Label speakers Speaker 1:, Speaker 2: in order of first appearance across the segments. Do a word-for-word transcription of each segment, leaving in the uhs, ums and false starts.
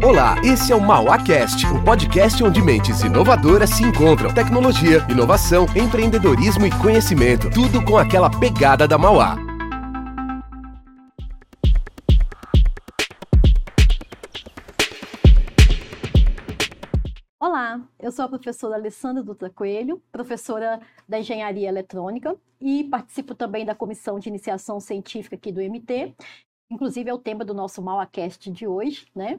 Speaker 1: Olá, esse é o MauáCast, um podcast onde mentes inovadoras se encontram. Tecnologia, inovação, empreendedorismo e conhecimento, tudo com aquela pegada da Mauá.
Speaker 2: Olá, eu sou a professora Alessandra Dutra Coelho, professora da Engenharia Eletrônica e participo também da Comissão de Iniciação Científica aqui do M T. Inclusive é o tema do nosso MauáCast de hoje, né?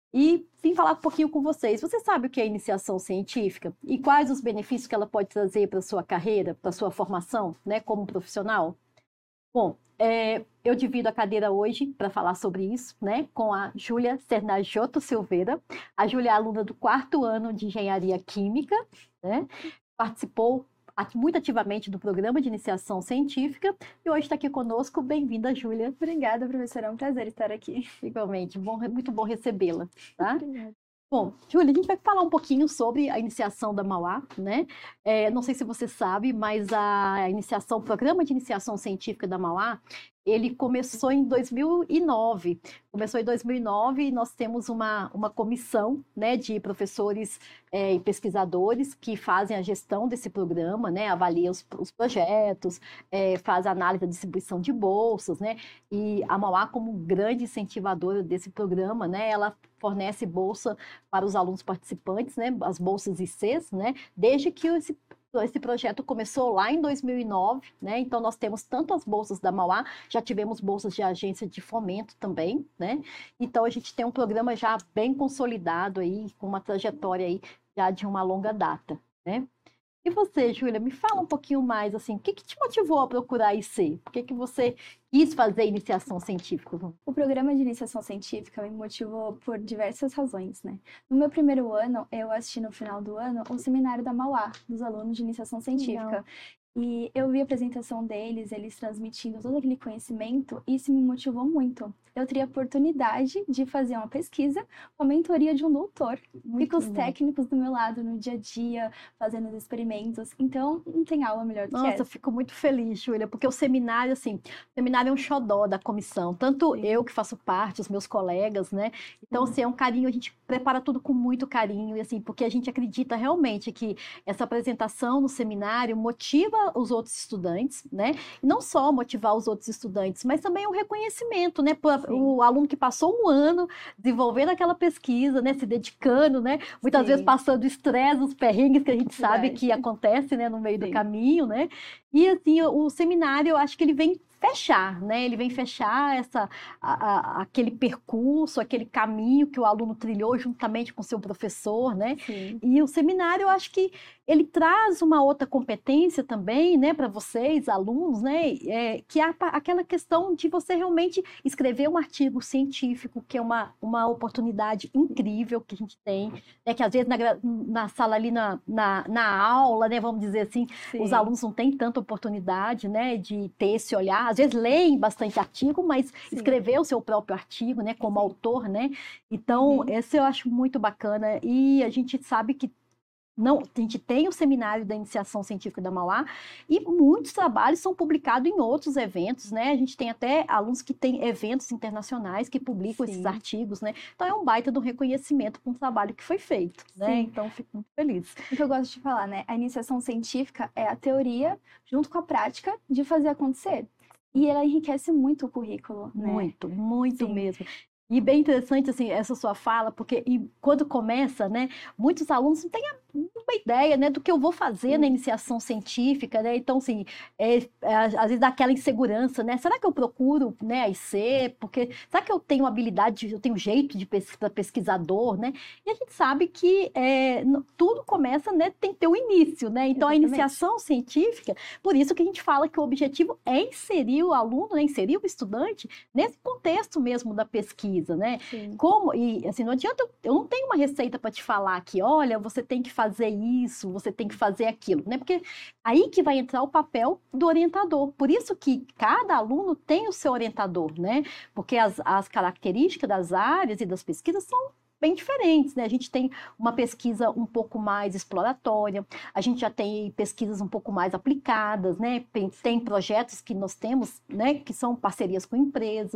Speaker 2: E vim falar um pouquinho com vocês. Você sabe o que é iniciação científica? E quais os benefícios que ela pode trazer para a sua carreira, para a sua formação, né, como profissional? Bom, é, eu divido a cadeira hoje para falar sobre isso, né, com a Júlia Sernagiotto Silveira. A Júlia é aluna do quarto ano de Engenharia Química, né? Participou muito ativamente do programa de iniciação científica e hoje está aqui conosco. Bem-vinda, Júlia.
Speaker 3: Obrigada, professora. É um prazer estar aqui.
Speaker 2: Igualmente, bom, muito bom recebê-la, tá?
Speaker 3: Obrigada.
Speaker 2: Bom, Júlia, a gente vai falar um pouquinho sobre a iniciação da Mauá, né? É, não sei se você sabe, mas a iniciação, o programa de iniciação científica da Mauá, ele começou em dois mil e nove. Começou em dois mil e nove e nós temos uma, uma comissão, né, de professores é, e pesquisadores que fazem a gestão desse programa, né, avaliam os, os projetos, é, faz a análise da distribuição de bolsas, né, e a Mauá, como grande incentivadora desse programa, né, ela fornece bolsa para os alunos participantes, né, as bolsas I Cs, né, desde que esse Esse projeto começou lá em dois mil e nove, né? Então nós temos tanto as bolsas da Mauá, já tivemos bolsas de agência de fomento também, né? Então a gente tem um programa já bem consolidado aí, com uma trajetória aí já de uma longa data, né? E você, Júlia, me fala um pouquinho mais, assim, o que, que te motivou a procurar I C? Por que, que você quis fazer iniciação científica?
Speaker 3: O programa de iniciação científica me motivou por diversas razões, né? No meu primeiro ano, eu assisti no final do ano o seminário da Mauá, dos alunos de iniciação científica. Legal. E eu vi a apresentação deles, eles transmitindo todo aquele conhecimento, e isso me motivou muito. Eu teria a oportunidade de fazer uma pesquisa com a mentoria de um doutor. E com os técnicos do meu lado no dia a dia, fazendo os experimentos. Então, não tem aula melhor do
Speaker 2: Nossa,
Speaker 3: que essa.
Speaker 2: Nossa, eu fico muito feliz, Júlia, porque o seminário, assim, o seminário é um xodó da comissão. Tanto Sim. eu que faço parte, os meus colegas, né? Então, uhum. assim, é um carinho, a gente prepara tudo com muito carinho, e assim, porque a gente acredita realmente que essa apresentação no seminário motiva os outros estudantes, né? E não só motivar os outros estudantes, mas também um reconhecimento, né? Por, o aluno que passou um ano desenvolvendo aquela pesquisa, né? Se dedicando, né? Muitas Sim. vezes passando estresse, os perrengues que a gente Verdade. sabe que acontece, né? No meio Sim. do caminho, né? E assim, o, o seminário, eu acho que ele vem fechar, né? Ele vem fechar essa, a, a, aquele percurso, aquele caminho que o aluno trilhou juntamente com o seu professor, né? Sim. E o seminário, eu acho que ele traz uma outra competência também, né, para vocês, alunos, né, é, que é aquela questão de você realmente escrever um artigo científico, que é uma, uma oportunidade incrível que a gente tem, né, que às vezes na, na sala ali, na, na, na aula, né, vamos dizer assim, Sim. os alunos não têm tanta oportunidade, né, de ter esse olhar, às vezes leem bastante artigo, mas Sim. escrever o seu próprio artigo, né, como autor, né, então, uhum. esse eu acho muito bacana, e a gente sabe que Não, a gente tem o seminário da iniciação científica da Mauá e muitos trabalhos são publicados em outros eventos, né? A gente tem até alunos que têm eventos internacionais que publicam Sim. esses artigos, né? Então é um baita do reconhecimento para um trabalho que foi feito, né? Sim. Então fico muito feliz.
Speaker 3: O que eu gosto de falar, né? A iniciação científica é a teoria junto com a prática de fazer acontecer. E ela enriquece muito o currículo, né?
Speaker 2: Muito, muito Sim. mesmo. E bem interessante, assim, essa sua fala, porque e quando começa, né, muitos alunos não têm uma ideia, né, do que eu vou fazer Sim. na iniciação científica, né, então, assim, é, é, às vezes dá aquela insegurança, né, será que eu procuro, né, a I C, porque, será que eu tenho habilidade, eu tenho jeito de pes pesquisador, né, e a gente sabe que é, tudo começa, né, tem que ter um início, né, então Exatamente. a iniciação científica, por isso que a gente fala que o objetivo é inserir o aluno, né, inserir o estudante nesse contexto mesmo da pesquisa, né? Sim. Como, e assim, não adianta, eu não tenho uma receita para te falar que, olha, você tem que fazer isso, você tem que fazer aquilo, né? Porque aí que vai entrar o papel do orientador. Por isso que cada aluno tem o seu orientador, né? Porque as, as características das áreas e das pesquisas são bem diferentes, né? A gente tem uma pesquisa um pouco mais exploratória, a gente já tem pesquisas um pouco mais aplicadas, né? Tem, tem projetos que nós temos, né, que são parcerias com empresa.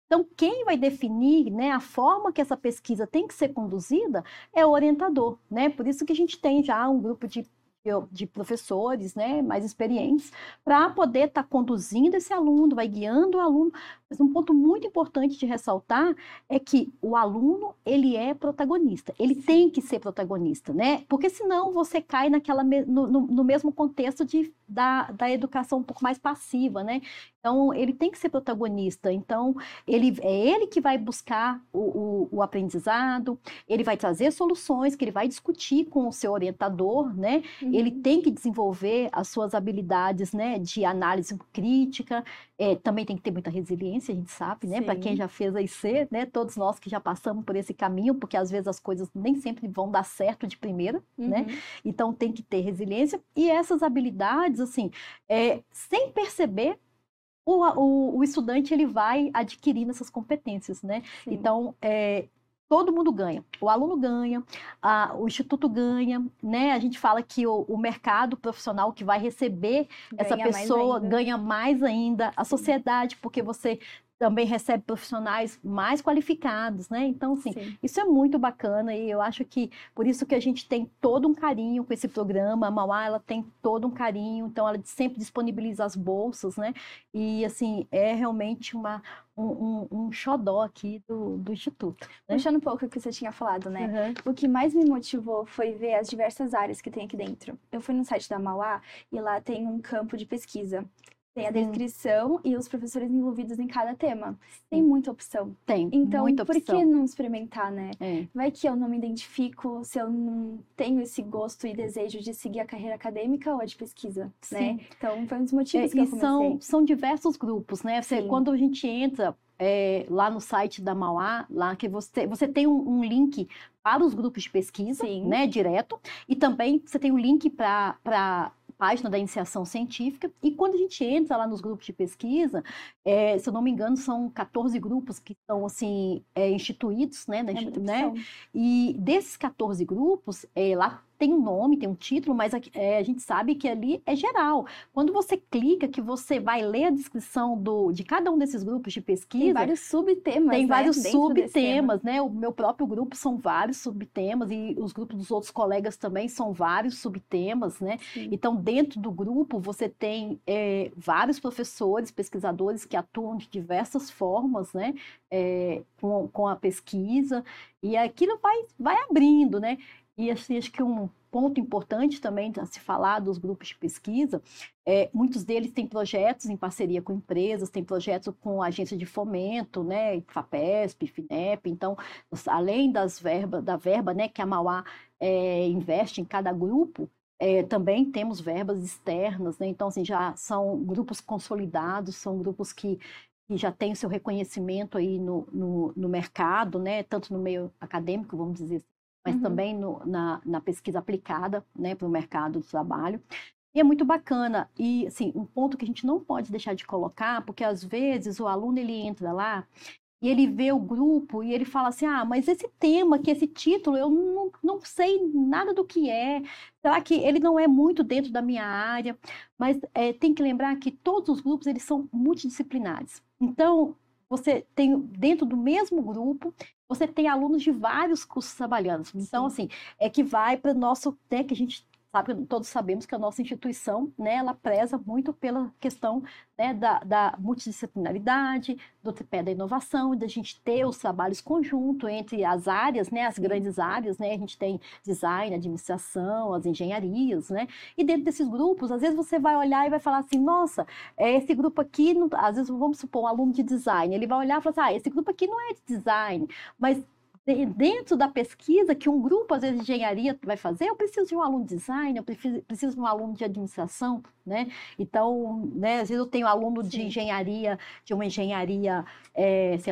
Speaker 2: Então, quem vai definir, né, a forma que essa pesquisa tem que ser conduzida é o orientador, né? Por isso que a gente tem já um grupo de de professores, né, mais experientes, para poder estar tá conduzindo esse aluno, vai guiando o aluno. Mas um ponto muito importante de ressaltar é que o aluno, ele é protagonista, ele tem que ser protagonista, né? Porque senão você cai naquela, no, no, no mesmo contexto de, da, da educação um pouco mais passiva, né? Então, ele tem que ser protagonista. Então, ele, é ele que vai buscar o, o, o aprendizado, ele vai trazer soluções, que ele vai discutir com o seu orientador, né? Uhum. Ele tem que desenvolver as suas habilidades, né, de análise crítica, é, também tem que ter muita resiliência, a gente sabe, né? Para quem já fez a I C, né? Todos nós que já passamos por esse caminho, porque às vezes as coisas nem sempre vão dar certo de primeira, uhum. né? Então, tem que ter resiliência. E essas habilidades, assim, é, sem perceber, O, o, o estudante ele vai adquirindo essas competências, né? Sim. Então, é, todo mundo ganha. O aluno ganha, a, o instituto ganha, né? A gente fala que o, o mercado profissional que vai receber ganha essa pessoa mais ganha mais ainda. A sociedade, porque você também recebe profissionais mais qualificados, né? Então, assim, Sim. isso é muito bacana e eu acho que por isso que a gente tem todo um carinho com esse programa. A Mauá, ela tem todo um carinho, então ela sempre disponibiliza as bolsas, né? E, assim, é realmente uma, um, um, um xodó aqui do, do Instituto. Né?
Speaker 3: Puxando um pouco o que você tinha falado, né? Uhum. O que mais me motivou foi ver as diversas áreas que tem aqui dentro. Eu fui no site da Mauá e lá tem um campo de pesquisa. Tem a descrição e os professores envolvidos em cada tema. Tem muita opção.
Speaker 2: Tem,
Speaker 3: então,
Speaker 2: muita opção.
Speaker 3: Então, por que não experimentar, né?
Speaker 2: É.
Speaker 3: Vai que eu não me identifico, se eu não tenho esse gosto e desejo de seguir a carreira acadêmica ou a de pesquisa, Sim. né? Então, foi um dos motivos é, que eu comecei.
Speaker 2: São, são diversos grupos, né? Você, quando a gente entra é, lá no site da Mauá, lá que você, você tem um, um link para os grupos de pesquisa, Sim. né? Direto. E também você tem um link para página da iniciação científica, e quando a gente entra lá nos grupos de pesquisa, é, se eu não me engano, são quatorze grupos que estão, assim, é, instituídos, né, da, é né? E desses quatorze grupos, é, lá tem um nome, tem um título, mas a, é, a gente sabe que ali é geral. Quando você clica, que você vai ler a descrição do, de cada um desses grupos de pesquisa...
Speaker 3: Tem vários subtemas,
Speaker 2: Tem
Speaker 3: né,
Speaker 2: vários subtemas, né? O meu próprio grupo são vários subtemas, e os grupos dos outros colegas também são vários subtemas, né? Sim. Então, dentro do grupo, você tem é, vários professores, pesquisadores que atuam de diversas formas, né? É, com, com a pesquisa, e aquilo vai, vai abrindo, né? E assim, acho que um ponto importante também a se falar dos grupos de pesquisa, é, muitos deles têm projetos em parceria com empresas, têm projetos com agência de fomento, né, FAPESP, FINEP, então, além das verbas, da verba, né, que a Mauá é, investe em cada grupo, é, também temos verbas externas, né, então, assim, já são grupos consolidados, são grupos que que já tem o seu reconhecimento aí no, no, no mercado, né, tanto no meio acadêmico, vamos dizer assim, mas uhum. também no, na, na pesquisa aplicada, né, para o mercado do trabalho. E é muito bacana. E, assim, um ponto que a gente não pode deixar de colocar, porque às vezes o aluno ele entra lá e ele vê o grupo e ele fala assim, ah, mas esse tema, que esse título, eu não, não sei nada do que é. Será que ele não é muito dentro da minha área? Mas é, tem que lembrar que todos os grupos, eles são multidisciplinares. Então, você tem, dentro do mesmo grupo, você tem alunos de vários cursos trabalhando. Então, Sim. assim, é que vai para o nosso, né, que a gente sabe, todos sabemos que a nossa instituição, né, ela preza muito pela questão, né, da, da multidisciplinaridade, do tripé da inovação, da gente ter os trabalhos conjuntos entre as áreas, né, as grandes áreas, né, a gente tem design, administração, as engenharias, né, e dentro desses grupos, às vezes você vai olhar e vai falar assim, nossa, esse grupo aqui, não, às vezes vamos supor um aluno de design, ele vai olhar e falar assim, ah, esse grupo aqui não é de design, mas dentro da pesquisa que um grupo, às vezes, de engenharia vai fazer, eu preciso de um aluno de design, eu preciso, preciso de um aluno de administração, né? Então, né, às vezes eu tenho aluno Sim. de engenharia, de uma engenharia, é, sei lá,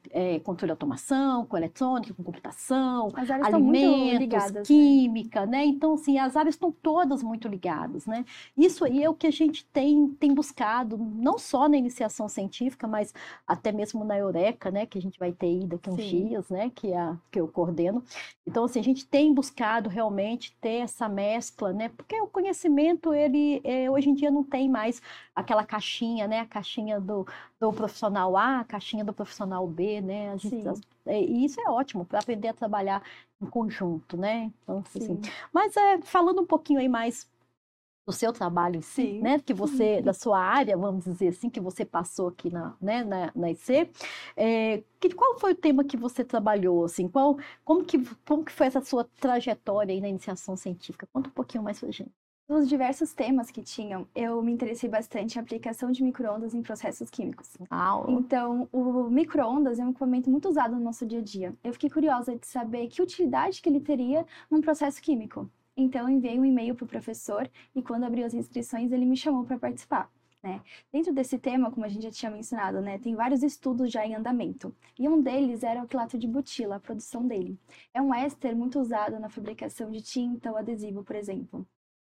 Speaker 2: é, controle de automação, com eletrônica, com computação,
Speaker 3: as áreas estão muito
Speaker 2: alimentos,
Speaker 3: ligadas,
Speaker 2: química, né? né? Então, assim, as áreas estão todas muito ligadas, né? Isso aí é o que a gente tem, tem buscado, não só na iniciação científica, mas até mesmo na Eureka, né? Que a gente vai ter aí daqui a uns
Speaker 3: Sim.
Speaker 2: dias, né? Que, é a, que eu coordeno. Então, assim, a gente tem buscado realmente ter essa mescla, né? Porque o conhecimento, ele, é, hoje em dia não tem mais aquela caixinha, né? A caixinha do, do profissional A, a caixinha do profissional B, né? A gente,
Speaker 3: Sim.
Speaker 2: é, e isso é ótimo para aprender a trabalhar em conjunto, né? Então, assim,
Speaker 3: Sim.
Speaker 2: mas é, falando um pouquinho aí mais do seu trabalho em si,
Speaker 3: Sim.
Speaker 2: né? Que você, da sua área, vamos dizer assim, que você passou aqui na, né, na, na I C, é, que, qual foi o tema que você trabalhou, assim? Qual, como, que, como que foi essa sua trajetória aí na iniciação científica? Conta um pouquinho mais pra gente.
Speaker 3: Dos diversos temas que tinham, eu me interessei bastante em aplicação de micro-ondas em processos químicos.
Speaker 2: Ah,
Speaker 3: Então, o micro-ondas é um equipamento muito usado no nosso dia a dia. Eu fiquei curiosa de saber que utilidade que ele teria num processo químico. Então, eu enviei um e-mail para o professor e quando abriu as inscrições, ele me chamou para participar. Né? Dentro desse tema, como a gente já tinha mencionado, né, tem vários estudos já em andamento. E um deles era o quilato de butila, a produção dele. É um éster muito usado na fabricação de tinta ou adesivo, por exemplo.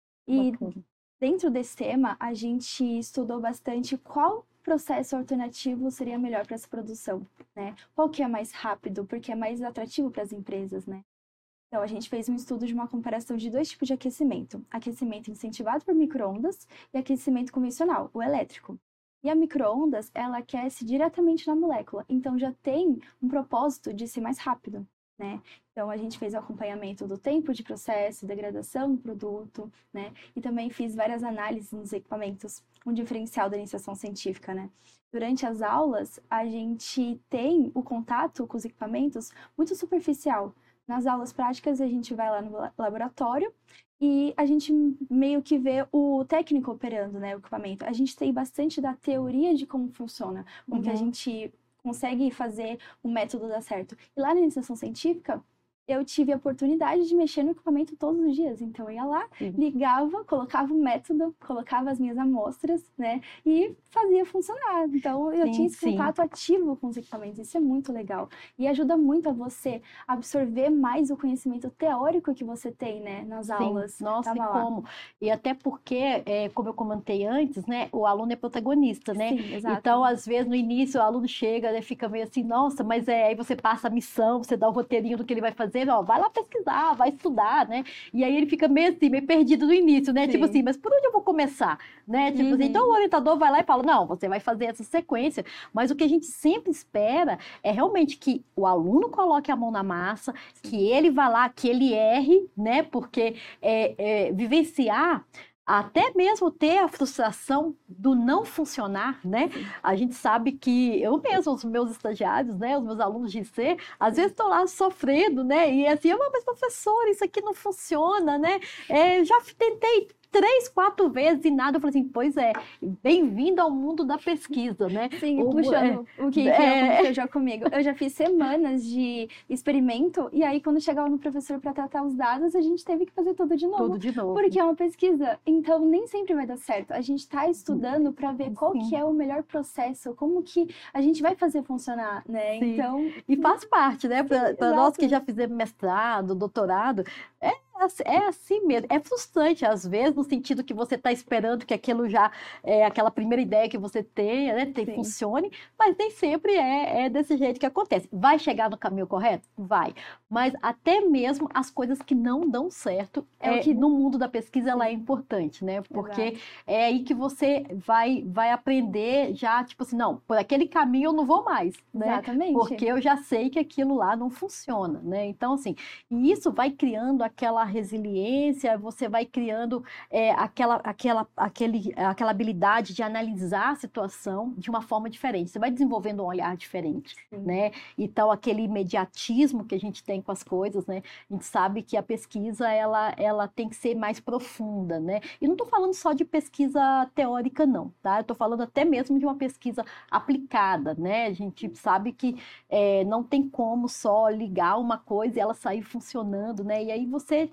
Speaker 3: E
Speaker 2: bacana.
Speaker 3: Dentro desse tema, a gente estudou bastante qual processo alternativo seria melhor para essa produção, né? Qual que é mais rápido, porque é mais atrativo para as empresas, né? Então, a gente fez um estudo de uma comparação de dois tipos de aquecimento. Aquecimento incentivado por micro-ondas e aquecimento convencional, o elétrico. E a micro-ondas, ela aquece diretamente na molécula, então já tem um propósito de ser mais rápido, né? Então, a gente fez o acompanhamento do tempo de processo, degradação do produto, né? E também fiz várias análises nos equipamentos, um diferencial da iniciação científica, né? Durante as aulas, a gente tem o contato com os equipamentos muito superficial. Nas aulas práticas, a gente vai lá no laboratório e a gente meio que vê o técnico operando, né, o equipamento. A gente tem bastante da teoria de como funciona, como
Speaker 2: Uhum.
Speaker 3: que a gente consegue fazer o método dar certo. E lá na iniciação científica, eu tive a oportunidade de mexer no equipamento todos os dias. Então, eu ia lá,
Speaker 2: Sim.
Speaker 3: ligava, colocava o método, colocava as minhas amostras, né? E fazia funcionar. Então, eu
Speaker 2: Sim,
Speaker 3: tinha esse
Speaker 2: sim.
Speaker 3: contato ativo com os equipamentos. Isso é muito legal. E ajuda muito a você absorver mais o conhecimento teórico que você tem, né? Nas
Speaker 2: Sim,
Speaker 3: aulas.
Speaker 2: nossa,
Speaker 3: da
Speaker 2: e
Speaker 3: Mauá.
Speaker 2: como? E até porque, é, como eu comentei antes, né, o aluno é protagonista, né?
Speaker 3: Sim, exato.
Speaker 2: Então, às vezes, no início, o aluno chega, né, fica meio assim, nossa, mas é, aí você passa a missão, você dá o roteirinho do que ele vai fazer, ó, vai lá pesquisar, vai estudar, né? E aí ele fica meio assim, meio perdido no início, né?
Speaker 3: Sim.
Speaker 2: Tipo assim, mas por onde eu vou começar? Né? Tipo
Speaker 3: Uhum.
Speaker 2: assim, então o orientador vai lá e fala, não, você vai fazer essa sequência, mas o que a gente sempre espera é realmente que o aluno coloque a mão na massa,
Speaker 3: Sim.
Speaker 2: que ele vá lá, que ele erre, né? Porque é, é, vivenciar, até mesmo ter a frustração do não funcionar, né?
Speaker 3: Sim.
Speaker 2: A gente sabe que eu mesmo, os meus estagiários, né? Os meus alunos de I C, às vezes estão lá sofrendo, né? E assim, oh, mas professor, isso aqui não funciona, né? É, já tentei três, quatro vezes e nada. Eu falei assim, pois é, bem-vindo ao mundo da pesquisa, né?
Speaker 3: Sim,
Speaker 2: O-
Speaker 3: puxando
Speaker 2: é,
Speaker 3: o que, que
Speaker 2: é.
Speaker 3: aconteceu já comigo. Eu já fiz semanas de experimento e aí quando chegava no professor para tratar os dados, a gente teve que fazer tudo de novo.
Speaker 2: Tudo de novo.
Speaker 3: Porque é uma pesquisa, então nem sempre vai dar certo. A gente está estudando para ver qual
Speaker 2: Sim.
Speaker 3: que é o melhor processo, como que a gente vai fazer funcionar, né?
Speaker 2: Sim.
Speaker 3: Então,
Speaker 2: E faz parte, né? Para
Speaker 3: exato.
Speaker 2: nós que já fizemos mestrado, doutorado, é, assim- é assim mesmo. É frustrante, às vezes, no sentido que você está esperando que aquilo já, é, aquela primeira ideia que você tenha, né, tem,
Speaker 3: Sim.
Speaker 2: funcione, mas nem sempre é, é desse jeito que acontece. Vai chegar no caminho correto? Vai. Mas até mesmo as coisas que não dão certo,
Speaker 3: É o
Speaker 2: é,
Speaker 3: que-
Speaker 2: no mundo da pesquisa, ela é importante, né? Porque
Speaker 3: Exato.
Speaker 2: é aí que você vai, vai aprender já, tipo assim, não, por aquele caminho eu não vou mais, né?
Speaker 3: Exatamente.
Speaker 2: Porque eu já sei que aquilo lá não funciona, né? Então, assim, e isso vai criando aquela resiliência, você vai criando é, aquela, aquela, aquele, aquela habilidade de analisar a situação de uma forma diferente. Você vai desenvolvendo um olhar diferente,
Speaker 3: Sim.
Speaker 2: né? Então, aquele imediatismo que a gente tem com as coisas, né? A gente sabe que a pesquisa, ela, ela tem que ser mais profunda, né? E não estou falando só de pesquisa teórica, não, tá? Eu estou falando até mesmo de uma pesquisa aplicada, né? A gente sabe que é, não tem como só ligar uma coisa e ela sair funcionando, né? E aí você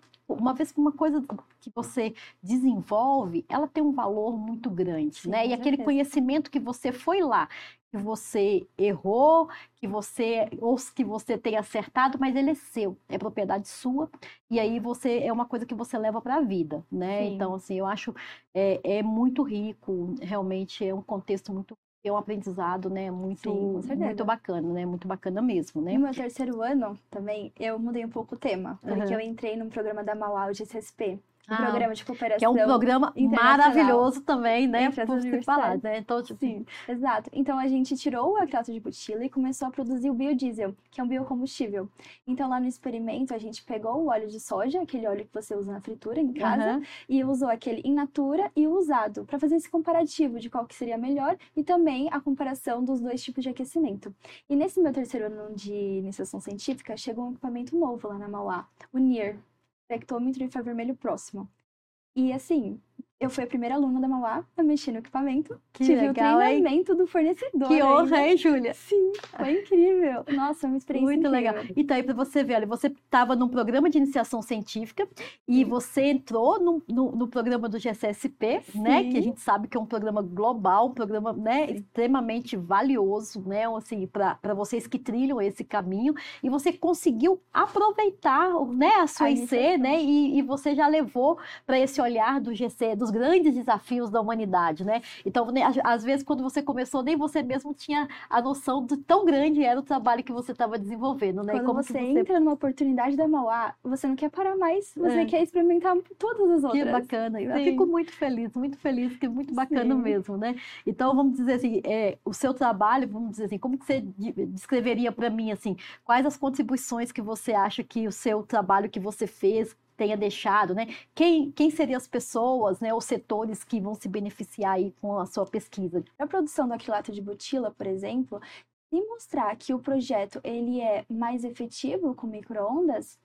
Speaker 2: uma vez que uma coisa que você desenvolve, ela tem um valor muito grande,
Speaker 3: Sim,
Speaker 2: né? E
Speaker 3: com
Speaker 2: aquele
Speaker 3: certeza.
Speaker 2: conhecimento que você foi lá, que você errou, que você, ou que você tenha acertado, mas ele é seu, é propriedade sua, e aí você, é uma coisa que você leva para a vida, né?
Speaker 3: Sim.
Speaker 2: Então, assim, eu acho, é, é muito rico, realmente é um contexto muito, é um aprendizado, né? Muito,
Speaker 3: Sim, com certeza.
Speaker 2: muito bacana, né? Muito bacana mesmo, né?
Speaker 3: No meu terceiro ano, também, eu mudei um pouco o tema, porque
Speaker 2: Aham.
Speaker 3: eu entrei num programa da Mauá, o G C S P, um
Speaker 2: Ah,
Speaker 3: programa de cooperação
Speaker 2: que é um programa
Speaker 3: internacional
Speaker 2: maravilhoso também, né?
Speaker 3: entre as
Speaker 2: Por se falar,
Speaker 3: universidades.
Speaker 2: né? Então, tipo,
Speaker 3: Sim, exato. Então a gente tirou o acreto de butila e começou a produzir o biodiesel, que é um biocombustível. Então lá no experimento a gente pegou o óleo de soja, aquele óleo que você usa na fritura em casa,
Speaker 2: aham.
Speaker 3: e usou aquele in natura e o usado, para fazer esse comparativo de qual que seria melhor e também a comparação dos dois tipos de aquecimento. E nesse meu terceiro ano de iniciação científica, chegou um equipamento novo lá na Mauá, o N I R, Espectrômetro Infravermelho Próximo. E assim, eu fui a primeira aluna da Mauá a mexer no equipamento.
Speaker 2: Que
Speaker 3: Tive
Speaker 2: legal,
Speaker 3: o
Speaker 2: hein?
Speaker 3: treinamento do fornecedor.
Speaker 2: Que honra,
Speaker 3: ainda.
Speaker 2: hein, Júlia?
Speaker 3: Sim, foi incrível. Nossa, uma experiência
Speaker 2: Muito
Speaker 3: incrível.
Speaker 2: legal. Então, aí para você ver, olha, você estava num programa de iniciação científica e
Speaker 3: Sim.
Speaker 2: você entrou no, no, no programa do G C S P, né?
Speaker 3: Sim.
Speaker 2: Que a gente sabe que é um programa global, um programa, né,
Speaker 3: Sim.
Speaker 2: extremamente valioso, né? Assim, para vocês que trilham esse caminho. E você conseguiu aproveitar, né, a sua
Speaker 3: A
Speaker 2: I C,
Speaker 3: iniciação.
Speaker 2: né? E, e você já levou para esse olhar do G C, dos grandes desafios da humanidade, né? Então, né, às- às vezes, quando você começou, nem você mesmo tinha a noção de tão grande era o trabalho que você estava desenvolvendo, né? E
Speaker 3: Quando
Speaker 2: como
Speaker 3: você,
Speaker 2: que você...
Speaker 3: entra numa oportunidade da Mauá, você não quer parar mais, você
Speaker 2: É.
Speaker 3: quer experimentar todas as
Speaker 2: Que
Speaker 3: outras.
Speaker 2: bacana, eu
Speaker 3: Sim.
Speaker 2: fico muito feliz, muito feliz, que é muito bacana
Speaker 3: Sim.
Speaker 2: mesmo, né? Então, vamos dizer assim, é, o seu trabalho, vamos dizer assim, como que você de- descreveria para mim, assim, quais as contribuições que você acha que o seu trabalho que você fez tenha deixado, né? Quem, quem seriam as pessoas, né, os setores que vão se beneficiar aí com a sua pesquisa?
Speaker 3: Para a produção do acrilato de butila, por exemplo, se mostrar que o projeto ele é mais efetivo com micro-ondas,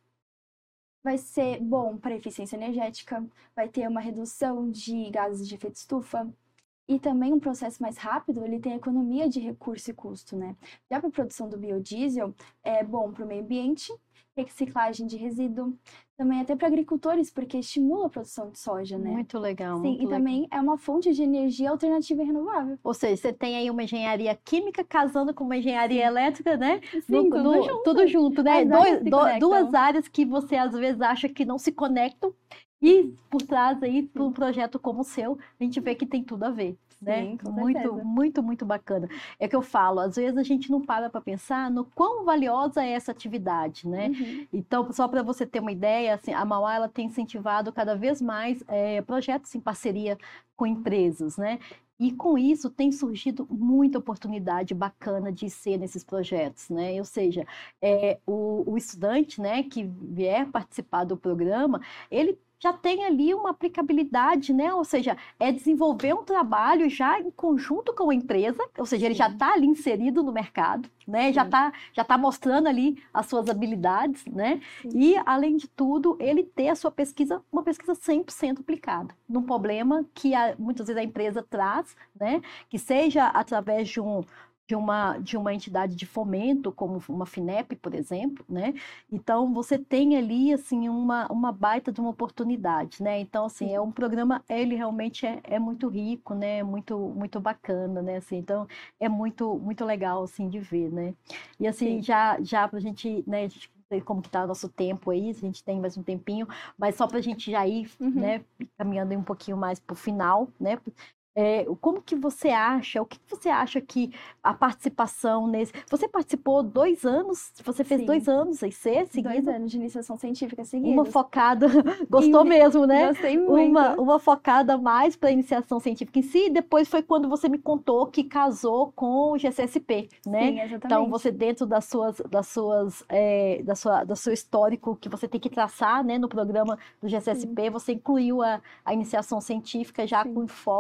Speaker 3: vai ser bom para a eficiência energética, vai ter uma redução de gases de efeito estufa e também um processo mais rápido, ele tem economia de recurso e custo, né? Já para a produção do biodiesel, é bom para o meio ambiente, reciclagem de resíduo, também até para agricultores, porque estimula a produção de soja, né?
Speaker 2: Muito legal,
Speaker 3: Sim,
Speaker 2: muito
Speaker 3: e
Speaker 2: legal.
Speaker 3: também é uma fonte de energia alternativa e renovável.
Speaker 2: Ou seja, você tem aí uma engenharia química casando com uma engenharia
Speaker 3: Sim.
Speaker 2: elétrica, né?
Speaker 3: Sim,
Speaker 2: No-
Speaker 3: tudo
Speaker 2: no-
Speaker 3: junto.
Speaker 2: tudo junto, né?
Speaker 3: As
Speaker 2: Dois-
Speaker 3: áreas se
Speaker 2: do-
Speaker 3: conectam.
Speaker 2: duas áreas que você às vezes acha que não se conectam e por trás aí, por um projeto como o seu, a gente vê que tem tudo a ver. Né?
Speaker 3: Sim, com
Speaker 2: Muito,
Speaker 3: certeza.
Speaker 2: muito, muito bacana. É que eu falo, às vezes a gente não para para pensar no quão valiosa é essa atividade, né?
Speaker 3: Uhum.
Speaker 2: Então, só para você ter uma ideia, assim, a Mauá ela tem incentivado cada vez mais é, projetos em parceria com empresas, né? E com isso tem surgido muita oportunidade bacana de ser nesses projetos, né? Ou seja, é, o, o estudante, né, que vier participar do programa, ele já tem ali uma aplicabilidade, né? Ou seja, é desenvolver um trabalho já em conjunto com a empresa, ou seja, ele já
Speaker 3: Sim.
Speaker 2: está ali inserido no mercado, né? Já
Speaker 3: Sim.
Speaker 2: está já tá mostrando ali as suas habilidades, né?
Speaker 3: Sim.
Speaker 2: E, além de tudo, ele ter a sua pesquisa, uma pesquisa cem por cento aplicada, num problema que a, muitas vezes a empresa traz, né? Que seja através de um de uma, de uma entidade de fomento, como uma FINEP, por exemplo, né? Então, você tem ali, assim, uma, uma baita de uma oportunidade, né? Então, assim,
Speaker 3: Sim.
Speaker 2: é um programa, ele realmente é, é muito rico, né? Muito, muito bacana, né? Assim, então, é muito, muito legal, assim, de ver, né? E, assim,
Speaker 3: Sim.
Speaker 2: já, já pra gente, né? A gente não sei como que tá o nosso tempo aí, a gente tem mais um tempinho, mas só pra gente já ir,
Speaker 3: Uhum.
Speaker 2: né? Caminhando aí um pouquinho mais pro final, né? É, como que você acha, o que você acha que a participação nesse... Você participou dois anos, você fez
Speaker 3: Sim.
Speaker 2: dois anos, aí C,
Speaker 3: Dois
Speaker 2: seguido,
Speaker 3: anos de iniciação científica seguidos.
Speaker 2: uma focada, gostou
Speaker 3: Em-
Speaker 2: mesmo, né?
Speaker 3: Gostei muito.
Speaker 2: Uma, uma focada mais para a iniciação científica em si, e depois foi quando você me contou que casou com o G C S P, né?
Speaker 3: Sim, exatamente.
Speaker 2: Então, você dentro das suas, das suas, é, da sua, do seu histórico que você tem que traçar, né, no programa do G C S P, você incluiu a, a iniciação científica já
Speaker 3: Sim.
Speaker 2: com foco, né,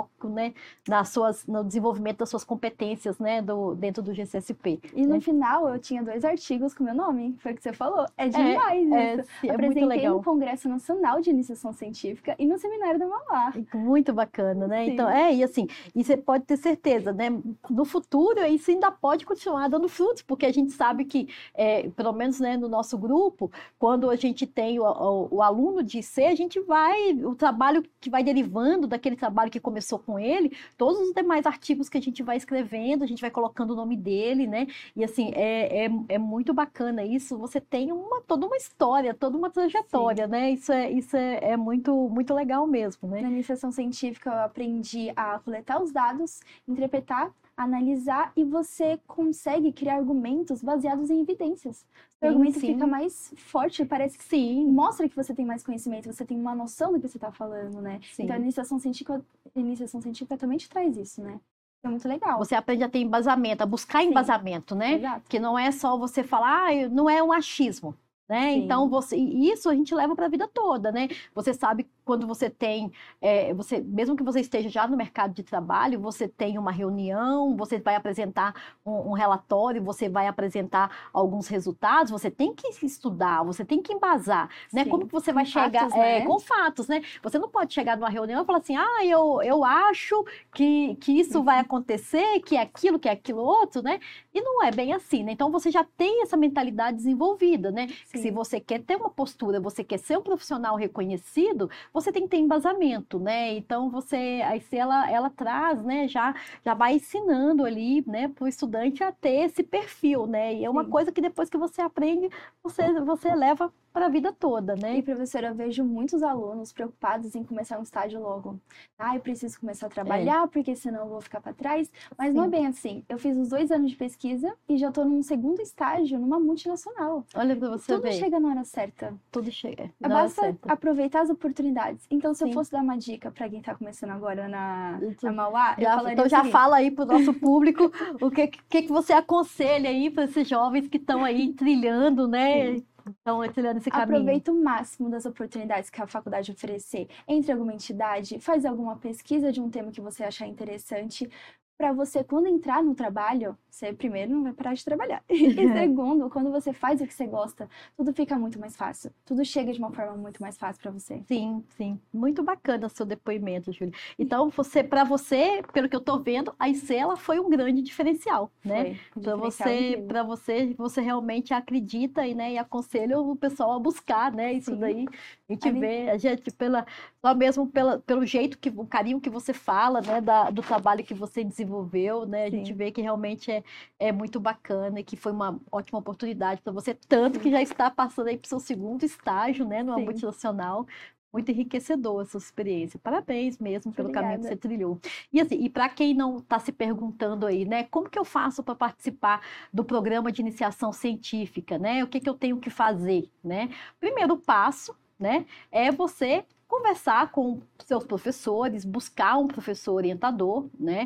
Speaker 2: né, nas suas, no desenvolvimento das suas competências, né, do, dentro do G C S P.
Speaker 3: E
Speaker 2: né?
Speaker 3: no final eu tinha dois artigos com meu nome, foi o que você falou. É demais
Speaker 2: é,
Speaker 3: isso.
Speaker 2: É, é
Speaker 3: Apresentei
Speaker 2: muito legal.
Speaker 3: no Congresso Nacional de Iniciação Científica e no Seminário da Mauá.
Speaker 2: Muito bacana, né?
Speaker 3: Sim.
Speaker 2: Então, é, e assim, e você pode ter certeza, né? No futuro, isso ainda pode continuar dando frutos, porque a gente sabe que, é, pelo menos, né, no nosso grupo, quando a gente tem o, o, o aluno de C, a gente vai, o trabalho que vai derivando daquele trabalho que começou com ele, todos os demais artigos que a gente vai escrevendo, a gente vai colocando o nome dele, né? E assim, é, é, é muito bacana isso, você tem uma, toda uma história, toda uma trajetória, Sim. né? Isso, é, isso é, é muito, muito legal mesmo, né?
Speaker 3: Na iniciação científica eu aprendi a coletar os dados, interpretar, analisar e você consegue criar argumentos baseados em evidências. O argumento sim. fica mais forte, parece que sim. mostra que você tem mais conhecimento, você tem uma noção do que você está falando, né? Sim. Então a iniciação científica, a iniciação científica também te traz isso, né? É muito legal.
Speaker 2: Você aprende a ter embasamento, a buscar embasamento, Sim. né?
Speaker 3: Exato.
Speaker 2: Que não é só você falar, ah, não é um achismo. Né? Então, você, isso a gente leva para a vida toda, né? Você sabe quando você tem, é, você, mesmo que você esteja já no mercado de trabalho, você tem uma reunião, você vai apresentar um, um relatório, você vai apresentar alguns resultados, você tem que estudar, você tem que embasar, né? Como que você vai
Speaker 3: com
Speaker 2: chegar
Speaker 3: fatos,
Speaker 2: é,
Speaker 3: né?
Speaker 2: com fatos, né? Você não pode chegar numa reunião e falar assim, ah, eu, eu acho que, que isso vai acontecer, que é aquilo, que é aquilo outro, né? E não é bem assim, né? Então, você já tem essa mentalidade desenvolvida, né? Se você quer ter uma postura, você quer ser um profissional reconhecido, você tem que ter embasamento, né? Então, você, a I C, ela, ela traz, né? Já, já vai ensinando ali, né? Para o estudante a ter esse perfil, né? E é uma Sim. coisa que depois que você aprende, você, você leva para a vida toda, né?
Speaker 3: E, professora, eu vejo muitos alunos preocupados em começar um estágio logo. Ah, eu preciso começar a trabalhar, é. porque senão eu vou ficar para trás. Mas Sim. não é bem assim. Eu fiz os dois anos de pesquisa e já estou num segundo estágio numa multinacional.
Speaker 2: Olha para você
Speaker 3: Tudo
Speaker 2: ver.
Speaker 3: chega na hora certa.
Speaker 2: Tudo chega.
Speaker 3: Basta aproveitar as oportunidades. Então, se
Speaker 2: Sim.
Speaker 3: eu fosse dar uma dica para quem está começando agora na, na Mauá,
Speaker 2: já,
Speaker 3: eu falaria
Speaker 2: Então, já
Speaker 3: seguinte.
Speaker 2: fala aí para o nosso público o que, que, que você aconselha aí para esses jovens que estão aí trilhando, né?
Speaker 3: Sim.
Speaker 2: Então, trilhando esse caminho.
Speaker 3: Aproveita o máximo das oportunidades que a faculdade oferecer. Entre alguma entidade, faz alguma pesquisa de um tema que você achar interessante, para você, quando entrar no trabalho, você primeiro não vai parar de trabalhar. E segundo, quando você faz o que você gosta, tudo fica muito mais fácil. Tudo chega de uma forma muito mais fácil para você.
Speaker 2: Sim, sim. Muito bacana o seu depoimento, Júlia. Então, você, para você, pelo que eu tô vendo, a I C ela foi um grande diferencial, né? Para você, para você, você realmente acredita e, né, e aconselha o pessoal a buscar, né? Isso sim. daí a gente a vê, a gente pela só mesmo pela, pelo jeito que o carinho que você fala, né, da, do trabalho que você desenvolveu, né? A Sim. gente vê que realmente é, é muito bacana e que foi uma ótima oportunidade para você, tanto Sim. que já está passando aí para o seu segundo estágio, né, numa Sim. multinacional. Muito enriquecedor essa experiência. Parabéns mesmo pelo Obrigada. caminho que você trilhou. E assim, e para quem não está se perguntando aí, né, como que eu faço para participar do programa de iniciação científica, né? O que que eu tenho que fazer, né? Primeiro passo, né, é você conversar com seus professores, buscar um professor orientador, né?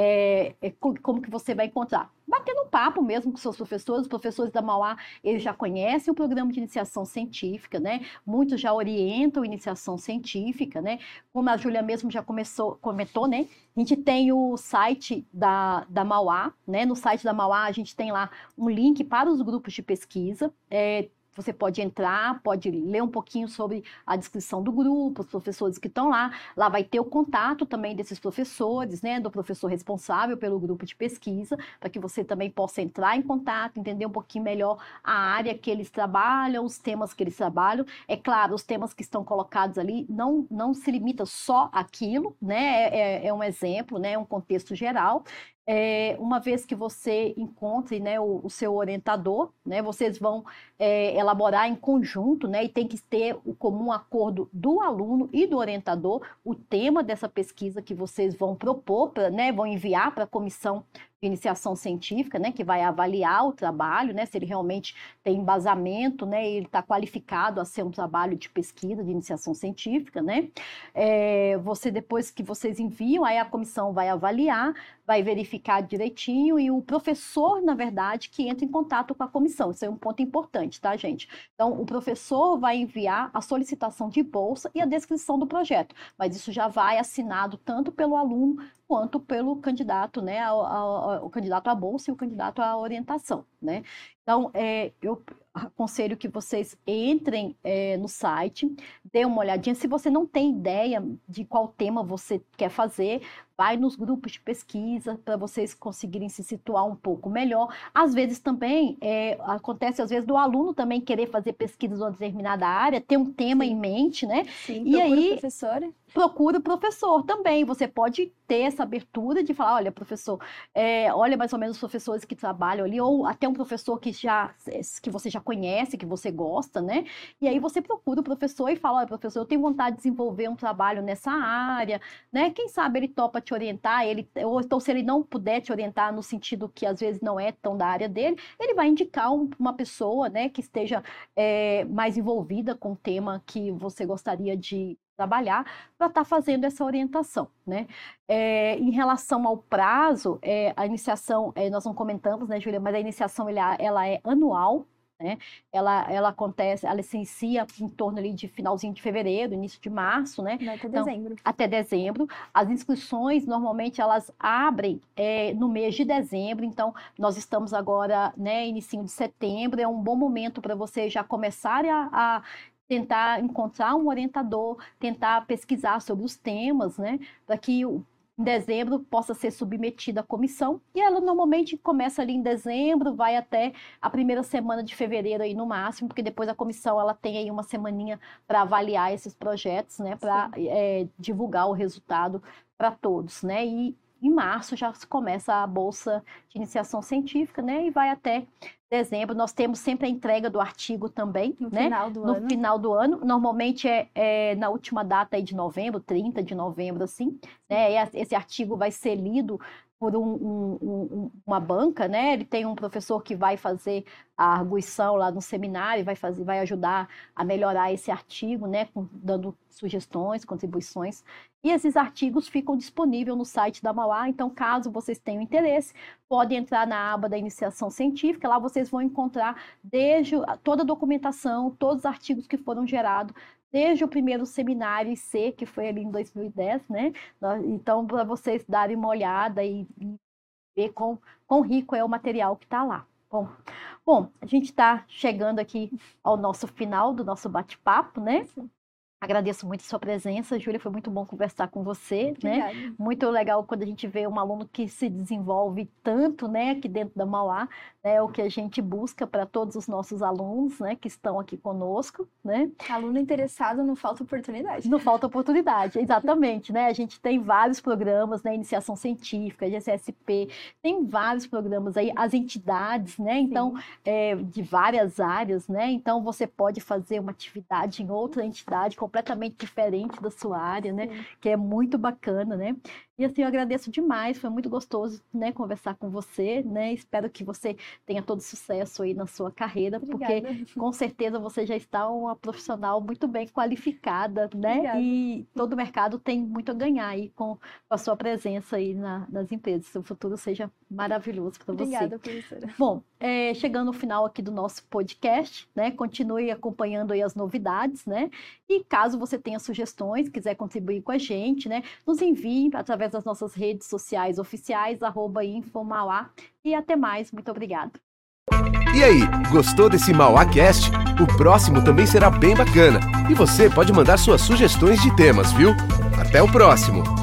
Speaker 2: É, é, como que você vai encontrar? Batendo um papo mesmo com seus professores, os professores da Mauá, eles já conhecem o programa de iniciação científica, né? Muitos já orientam iniciação científica, né? Como a Júlia mesmo já começou, comentou, né? A gente tem o site da, da Mauá, né? No site da Mauá a gente tem lá um link para os grupos de pesquisa, é, você pode entrar, pode ler um pouquinho sobre a descrição do grupo, os professores que estão lá. Lá vai ter o contato também desses professores, né, do professor responsável pelo grupo de pesquisa, para que você também possa entrar em contato, entender um pouquinho melhor a área que eles trabalham, os temas que eles trabalham. É claro, os temas que estão colocados ali não, não se limita só àquilo, né, é, é um exemplo, né, é um contexto geral. É, uma vez que você encontre, né, o, o seu orientador, né, vocês vão é, elaborar em conjunto, né, e tem que ter o comum acordo do aluno e do orientador, o tema dessa pesquisa que vocês vão propor, pra, né, vão enviar para a comissão de iniciação científica, né, que vai avaliar o trabalho, né, se ele realmente tem embasamento, né, e ele está qualificado a ser um trabalho de pesquisa, de iniciação científica, né. É, você, depois que vocês enviam, aí a comissão vai avaliar, vai verificar direitinho e o professor, na verdade, que entra em contato com a comissão. Isso é um ponto importante, tá, gente? Então, o professor vai enviar a solicitação de bolsa e a descrição do projeto, mas isso já vai assinado tanto pelo aluno quanto pelo candidato, né, ao, ao, ao, o candidato à bolsa e o candidato à orientação, né? Então, é, eu aconselho que vocês entrem é, no site, dê uma olhadinha. Se você não tem ideia de qual tema você quer fazer, vai nos grupos de pesquisa para vocês conseguirem se situar um pouco melhor. Às vezes também, é, acontece às vezes do aluno também querer fazer pesquisa em uma determinada área, ter um tema Sim. em mente, né?
Speaker 3: Sim,
Speaker 2: e aí,
Speaker 3: professor.
Speaker 2: Procura o professor também. Você pode ter essa abertura de falar, olha, professor, é, olha mais ou menos os professores que trabalham ali, ou até um professor que, já, que você já conhece, que você gosta, né? E aí você procura o professor e fala, olha, professor, eu tenho vontade de desenvolver um trabalho nessa área, né? Quem sabe ele topa te orientar, ele, ou então se ele não puder te orientar no sentido que às vezes não é tão da área dele, ele vai indicar um, uma pessoa, né, que esteja é, mais envolvida com o tema que você gostaria de trabalhar para estar tá fazendo essa orientação, né? É, em relação ao prazo, é, a iniciação, é, nós não comentamos, né, Júlia, mas a iniciação ela, ela é anual, né? Ela, ela acontece, ela se inicia em torno ali de finalzinho de fevereiro, início de março, né?
Speaker 3: Até
Speaker 2: então,
Speaker 3: dezembro.
Speaker 2: Até dezembro. As inscrições, normalmente, elas abrem é, no mês de dezembro, então nós estamos agora, né, início de setembro, é um bom momento para vocês já começarem a, a tentar encontrar um orientador, tentar pesquisar sobre os temas, né, para que o em dezembro possa ser submetida à comissão, e ela normalmente começa ali em dezembro, vai até a primeira semana de fevereiro aí no máximo, porque depois a comissão ela tem aí uma semaninha para avaliar esses projetos, né, para é, divulgar o resultado para todos, né, e em março já começa a bolsa de iniciação científica, né, e vai até dezembro. Nós temos sempre a entrega do artigo também,
Speaker 3: no
Speaker 2: né?
Speaker 3: Final do
Speaker 2: no
Speaker 3: ano.
Speaker 2: final do ano. Normalmente é, é na última data aí de novembro, trinta de novembro, assim, né? E esse artigo vai ser lido por um, um, um, uma banca, né? Ele tem um professor que vai fazer a arguição lá no seminário, vai fazer, vai ajudar a melhorar esse artigo, né? Dando sugestões, contribuições. E esses artigos ficam disponíveis no site da Mauá, então caso vocês tenham interesse, podem entrar na aba da iniciação científica, lá vocês vão encontrar desde toda a documentação, todos os artigos que foram gerados, desde o primeiro seminário I C, que foi ali em dois mil e dez, né? Então, para vocês darem uma olhada e, e ver quão, quão rico é o material que está lá. Bom, bom, a gente está chegando aqui ao nosso final do nosso bate-papo, né? Sim. Agradeço muito a sua presença, Júlia, foi muito bom conversar com você,
Speaker 3: Obrigada.
Speaker 2: Né? Muito legal quando a gente vê um aluno que se desenvolve tanto, né, aqui dentro da Mauá, né, o que a gente busca para todos os nossos alunos, né, que estão aqui conosco, né?
Speaker 3: Aluno interessado não falta oportunidade.
Speaker 2: Não falta oportunidade, exatamente, né? A gente tem vários programas, né, iniciação científica, G C S P, tem vários programas aí, as entidades, né, então, é, de várias áreas, né, então você pode fazer uma atividade em outra entidade completamente diferente da sua área, né, Sim. que é muito bacana, né? E assim, eu agradeço demais, foi muito gostoso, né, conversar com você, né, espero que você tenha todo sucesso aí na sua carreira, Obrigada. Porque com certeza você já está uma profissional muito bem qualificada, né, Obrigada. E todo o mercado tem muito a ganhar aí com, com a sua presença aí na, nas empresas, que o futuro seja maravilhoso para você.
Speaker 3: Obrigada, professora.
Speaker 2: Bom, é, chegando ao final aqui do nosso podcast, né, continue acompanhando aí as novidades, né, e caso você tenha sugestões, quiser contribuir com a gente, né, nos envie através das nossas redes sociais oficiais, arroba infomauá, e até mais. Muito obrigada.
Speaker 1: E aí, gostou desse MauáCast? O próximo também será bem bacana. E você pode mandar suas sugestões de temas, viu? Até o próximo!